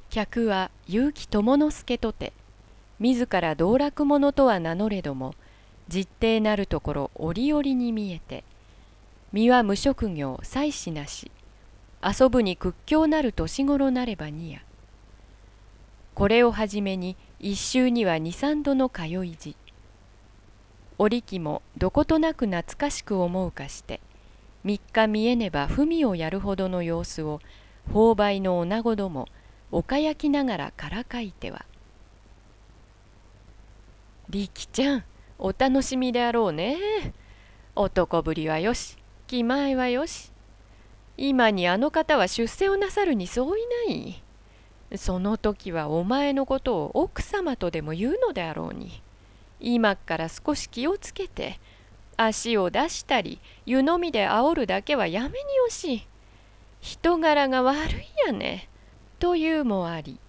客は結城友之助とて、自ら道楽者とは名乗れども、実弟なるところ折々に見えて、身は無職業妻子なし、遊ぶに屈強なる年頃なればにや。これをはじめに一週には二三度の通いじ。折木もどことなく懐かしく思うかして、三日見えねば文をやるほどの様子を、購買の女子ども、岡焼きながらからかいては。力ちゃん、お楽しみであろうね。男ぶりはよし、気前はよし。今にあの方は出世をなさるに相違ない。その時はお前のことを奥様とでも言うのであろうに。今から少し気をつけて、足を出したり湯飲みで煽るだけはやめによし。人柄が悪いやね。というもあり。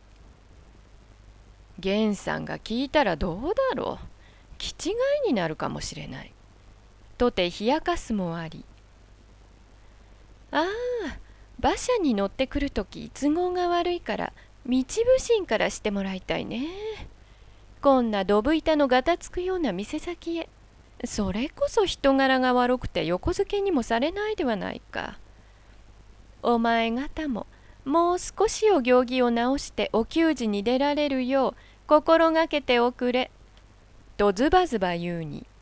源さんが聞いたらどうだろう。気違いになるかもしれない。とて冷やかすもあり。ああ、馬車に乗ってくるとき都合が悪いから道普請からしてもらいたいね。こんなどぶ板のがたつくような店先へ。それこそ人柄が悪くて横付けにもされないではないか。お前方ももう少しお行儀を直してお給仕に出られるよう心がけておくれ。とズバズバ言うに。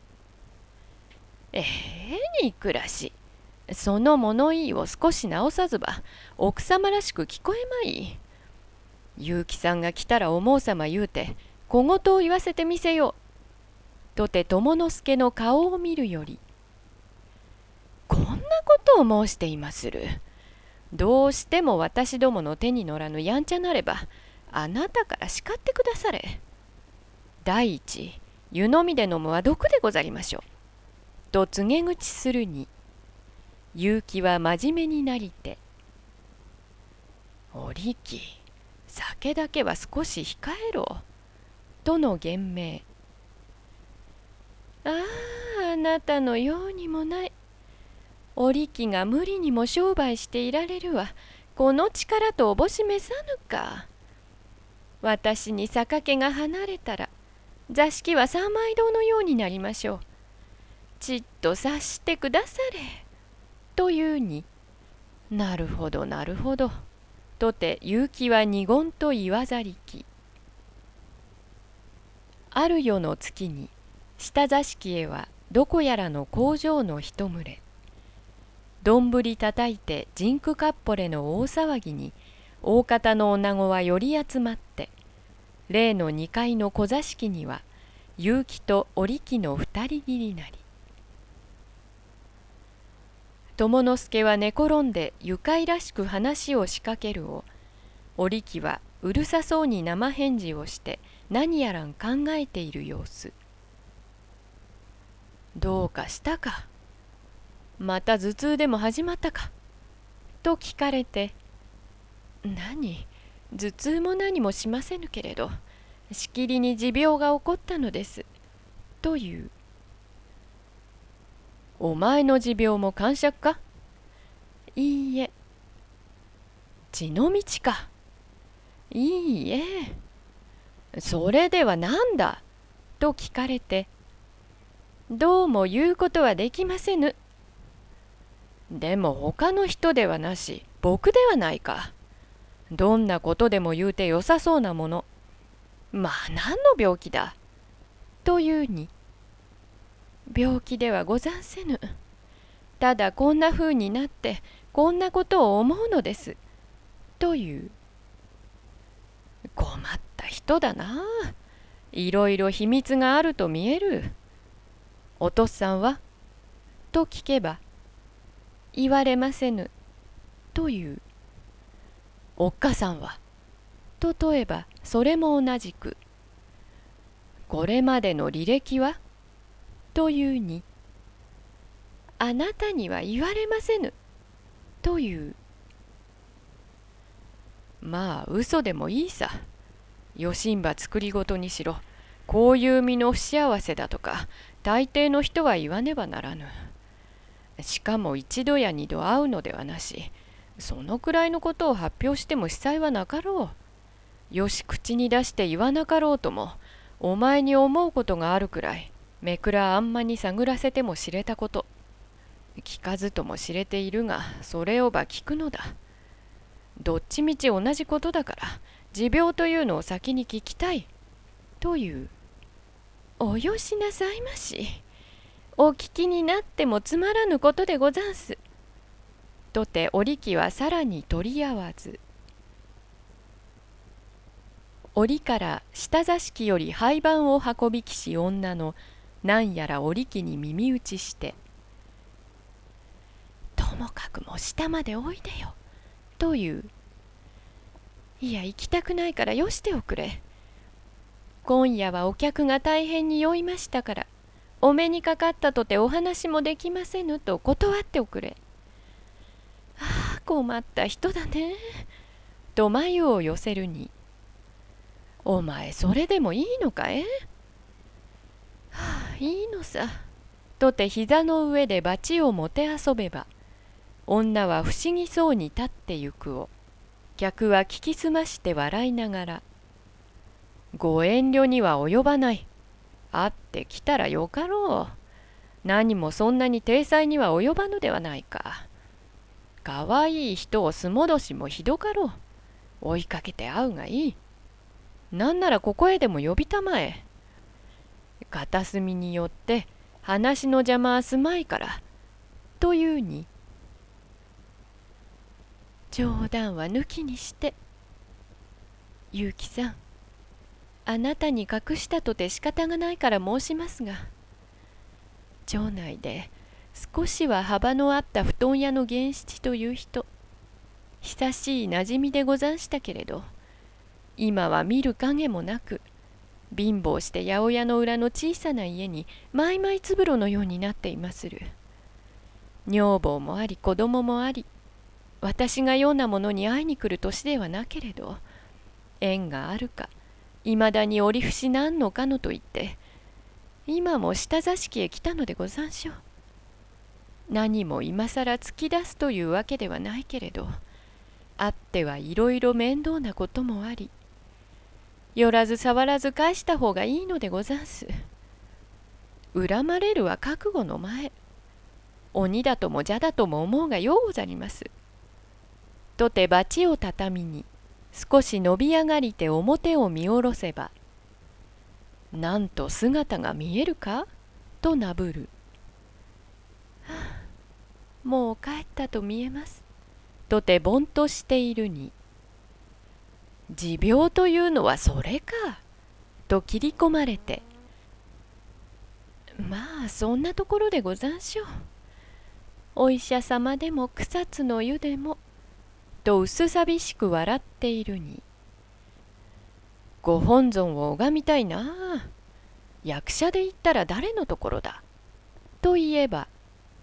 憎らし。その物言いを少し直さずば奥様らしく聞こえまい。結城さんが来たら思うさま言うて小言を言わせてみせよう。とて友之助の顔を見るより、こんなことを申していまする。どうしても私どもの手に乗らぬやんちゃなればあなたから叱ってくだされ。第一、湯飲みで飲むは毒でござりましょう。と告げ口するに、結城は真面目になりて、折木、酒だけは少し控えろ。との言命。ああ、あなたのようにもない。折木が無理にも商売していられるは、この力とおぼしめさぬか。私に酒が離れたら、座敷は三枚堂のようになりましょう。ちっと察してくだされ。というに、なるほどなるほど。とて結城は二言と言わざりき。ある夜の月に下座敷へはどこやらの工場の一群れ。どんぶりたたいてジンクカッポレの大騒ぎに大方の女子は寄り集まって、例の2階の小座敷には結城と折木の二人きりなり。友之助は寝転んで愉快らしく話を仕掛けるを、折木はうるさそうに生返事をして何やらん考えている様子。どうかしたか。また頭痛でも始まったか。と聞かれて、何、頭痛も何もしませぬけれど、しきりに持病が起こったのです。という。お前の持病も癇癪か。いいえ。血の道か。いいえ。それでは何だ。と聞かれて、どうも言うことはできませぬ。でも他の人ではなし、僕ではないか。どんなことでも言うてよさそうなもの。まあ何の病気だ。というに、病気ではござんせぬ。ただこんなふうになってこんなことを思うのです。という。困った人だな。いろいろ秘密があると見える。お父さんはと聞けば、言われませぬ。という。おっかさんはと問えば、それも同じく。これまでの履歴はというに、あなたには言われませぬ。という。まあ嘘でもいいさ。よしんば作りごとにしろ。こういう身の不幸せだとか、大抵の人は言わねばならぬ。しかも一度や二度会うのではなし、そのくらいのことを発表しても司祭はなかろう。 よし口に出して言わなかろうとも、お前に思うことがあるくらい、めくらあんまに探らせても知れたこと。聞かずとも知れているが、それをば聞くのだ。どっちみち同じことだから、持病というのを先に聞きたい。という。およしなさいまし。お聞きになってもつまらぬことでござんす。とて織木はさらに取り合わず。折から下座敷より廃盤を運びきし女のなんやら織木に耳打ちして、ともかくも下までおいでよ、という。いや行きたくないからよしておくれ。今夜はお客が大変に酔いましたから、お目にかかったとてお話もできませぬと断っておくれ。ああ困った人だね。と眉を寄せるに、お前それでもいいのかえ。はあいいのさ。とて膝の上で罰をもてあそべば、女は不思議そうに立ってゆくを、客は聞きすまして笑いながら、ご遠慮には及ばない。会ってきたらよかろう。何もそんなに体裁には及ばぬではないか。かわいい人をすもどしもひどかろう。追いかけて会うがいい。なんならここへでも呼びたまえ。片隅によって話の邪魔はすまいから。というに、冗談は抜きにして。結城さん、あなたに隠したとて仕方がないから申しますが、町内で少しは幅のあった布団屋の源七という人、久しいなじみでござんしたけれど、今は見る影もなく、貧乏して八百屋の裏の小さな家にマイマイつぶろのようになっていまする。女房もあり子供もあり、私がようなものに会いに来る年ではなけれど、縁があるか、いまだに折り節なんのかのと言って、今も下座敷へ来たのでござんしょう。何も今さら突き出すというわけではないけれど、あってはいろいろ面倒なこともあり、寄らず触らず返した方がいいのでござんす。恨まれるは覚悟の前。鬼だとも邪だとも思うがようござります。とて罰を畳みに、少し伸び上がりて表を見下ろせば、なんと姿が見えるかとなぶる。はあ、もう帰ったと見えます。とてぼんとしているに、持病というのはそれかと切り込まれて、まあそんなところでござんしょう。お医者様でも草津の湯でも、と薄寂しく笑っているに、ご本尊を拝みたいなあ。役者で言ったら誰のところだと言えば、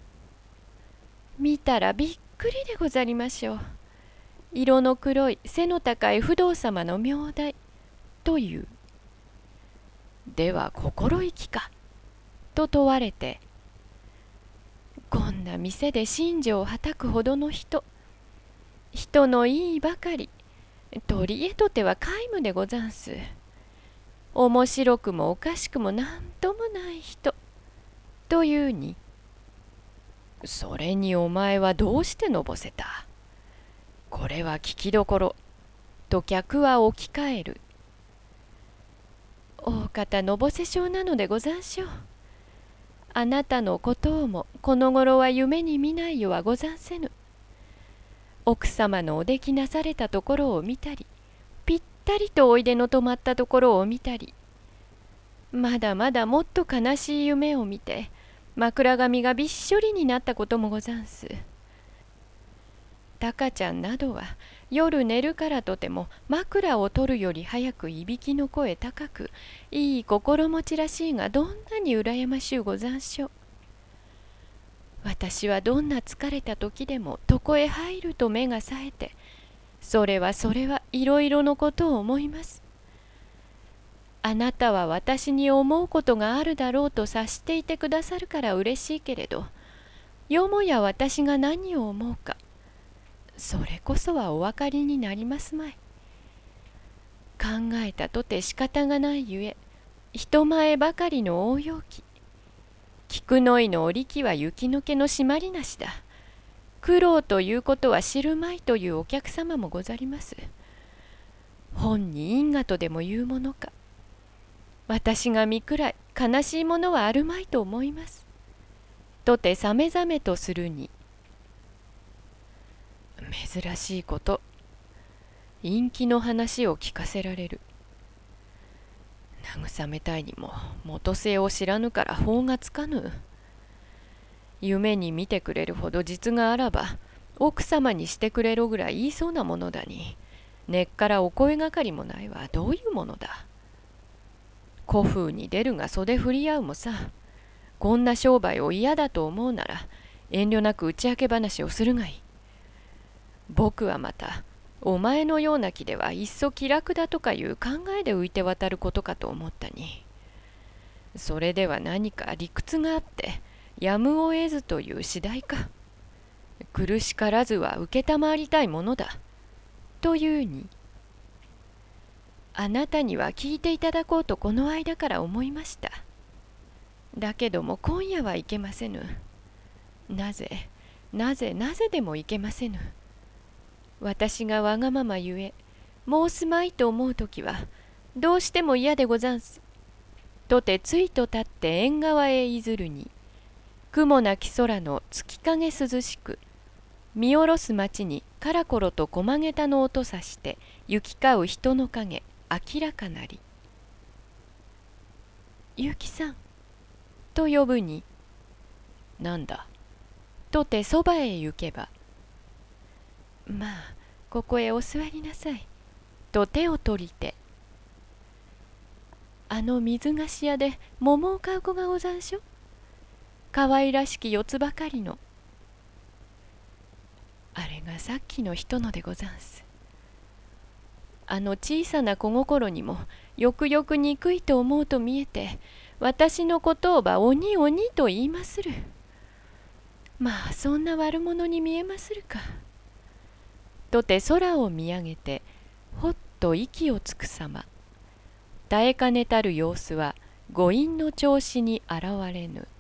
見たらびっくりでござりましょう。色の黒い背の高い不動様の名代という。では心意気かと問われて、こんな店で信条をはたくほどの人のいいばかり、取り柄とては皆無でござんす。面白くもおかしくもなんともない人というに、それにお前はどうしてのぼせた。これは聞きどころ。と客は置き換える。大方のぼせ性なのでござんしょう。あなたのことをもこの頃は夢に見ないよはござんせぬ。奥様のおできなされたところを見たり、ぴったりとおいでの止まったところを見たり、まだまだもっと悲しい夢を見て、枕髪がびっしょりになったこともござんす。たかちゃんなどは夜寝るからとても枕を取るより早くいびきの声高く、いい心持ちらしいがどんなに羨ましゅうござんしょう。私はどんな疲れた時でも床へ入ると目が冴えて、それはいろいろのことを思います。あなたは私に思うことがあるだろうと察していてくださるから嬉しいけれど、よもや私が何を思うか、それこそはお分かりになりますまい。 考えたとて仕方がないゆえ、人前ばかりの応用気。菊の井の織木は雪の気の締まりなしだ。苦労ということは知るまいというお客様もござります。本に因果とでも言うものか。私が見くらい悲しいものはあるまいと思います。とてさめざめとするに、珍しいこと、陰気の話を聞かせられる。慰めたいにも元姓を知らぬから法がつかぬ。夢に見てくれるほど実があらば奥様にしてくれろぐらい言いそうなものだに、根っからお声がかりもないはどういうものだ。古風に出るが袖振り合うもさ、こんな商売を嫌だと思うなら遠慮なく打ち明け話をするがいい。僕はまたお前のような気ではいっそ気楽だとかいう考えで浮いて渡ることかと思ったに、それでは何か理屈があってやむを得ずという次第か。苦しからずは承りたいものだ。というに、あなたには聞いていただこうとこの間から思いました。だけども今夜はいけませぬ。なぜでもいけませぬ。私がわがままゆえ申すまいと思うときはどうしても嫌でござんす。とてついと立って縁側へいずるに、雲なき空の月影涼しく、見下ろす町にカラコロと駒げたの音さして行き交う人の影明らかなり。ゆきさんと呼ぶに、なんだとてそばへ行けば、まあここへお座りなさいと手を取りて、あの水菓子屋で桃を買う子がござんしょ。かわいらしき四つばかりの。あれがさっきの人のでござんす。あの小さな小心にもよくよく憎いと思うと見えて、私のことをば鬼鬼と言いまする。まあそんな悪者に見えまするか。とて空を見上げてほっと息をつくさま、耐えかねたる様子は誤飲の調子に現れぬ。